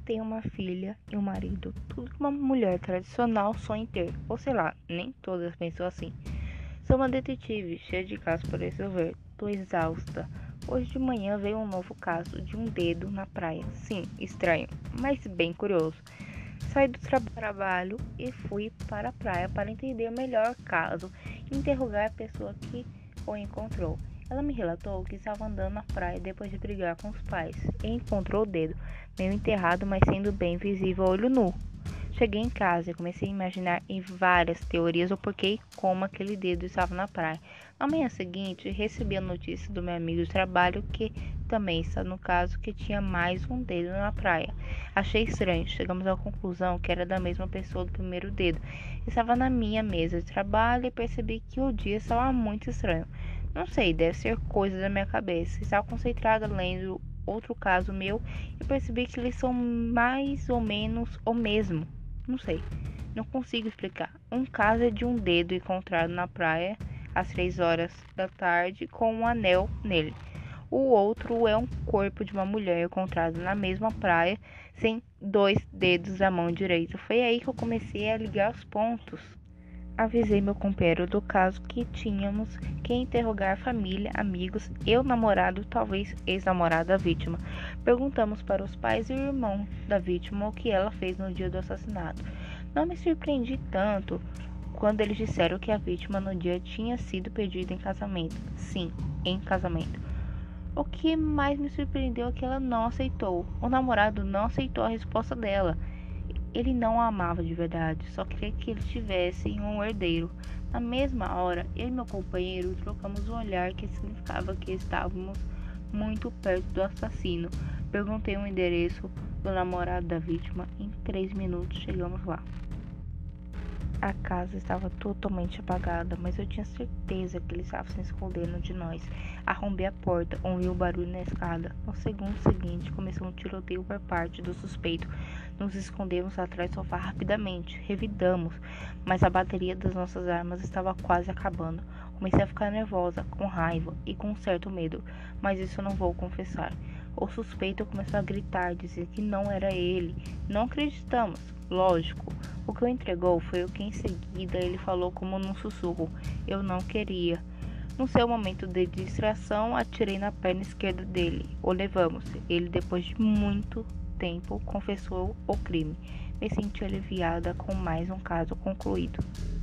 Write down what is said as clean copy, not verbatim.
tem uma filha e um marido, tudo que uma mulher tradicional sonha em ter, ou sei lá, nem todas pensam assim. Sou uma detetive, cheia de casos para resolver. Tô exausta. Hoje de manhã veio um novo caso de um dedo na praia. Sim, estranho, mas bem curioso. Saí do trabalho e fui para a praia para entender melhor o caso e interrogar a pessoa que o encontrou. Ela me relatou que estava andando na praia depois de brigar com os pais e encontrou o dedo, meio enterrado, mas sendo bem visível a olho nu. Cheguei em casa e comecei a imaginar em várias teorias o porquê e como aquele dedo estava na praia. Na manhã seguinte, recebi a notícia do meu amigo de trabalho que também está no caso que tinha mais um dedo na praia. Achei estranho, chegamos à conclusão que era da mesma pessoa do primeiro dedo. Estava na minha mesa de trabalho e percebi que o dia estava muito estranho. Não sei, deve ser coisa da minha cabeça. Estava concentrada lendo outro caso meu e percebi que eles são mais ou menos o mesmo. Não sei, não consigo explicar. Um caso é de um dedo encontrado na praia às 3 horas da tarde com um anel nele. O outro é um corpo de uma mulher encontrado na mesma praia sem 2 dedos da mão direita. Foi aí que eu comecei a ligar os pontos. Avisei meu companheiro do caso que tínhamos que interrogar a família, amigos, eu, namorado, talvez ex-namorado da vítima. Perguntamos para os pais e o irmão da vítima o que ela fez no dia do assassinato. Não me surpreendi tanto quando eles disseram que a vítima no dia tinha sido pedida em casamento. Sim, em casamento. O que mais me surpreendeu é que ela não aceitou. O namorado não aceitou a resposta dela. Ele não a amava de verdade, só queria que eles tivessem um herdeiro. Na mesma hora, eu e meu companheiro trocamos um olhar que significava que estávamos muito perto do assassino. Perguntei o endereço do namorado da vítima. Em 3 minutos chegamos lá. A casa estava totalmente apagada, mas eu tinha certeza que ele estava se escondendo de nós. Arrombei a porta, ouvi um barulho na escada. No segundo seguinte, começou um tiroteio por parte do suspeito. Nos escondemos atrás do sofá rapidamente. Revidamos, mas a bateria das nossas armas estava quase acabando. Comecei a ficar nervosa, com raiva e com um certo medo, mas isso eu não vou confessar. O suspeito começou a gritar, dizer que não era ele. Não acreditamos, lógico. O que o entregou foi o que em seguida ele falou como num sussurro. Eu não queria. No seu momento de distração, atirei na perna esquerda dele. O levamos. Ele, depois de muito tempo, confessou o crime. Me senti aliviada com mais um caso concluído.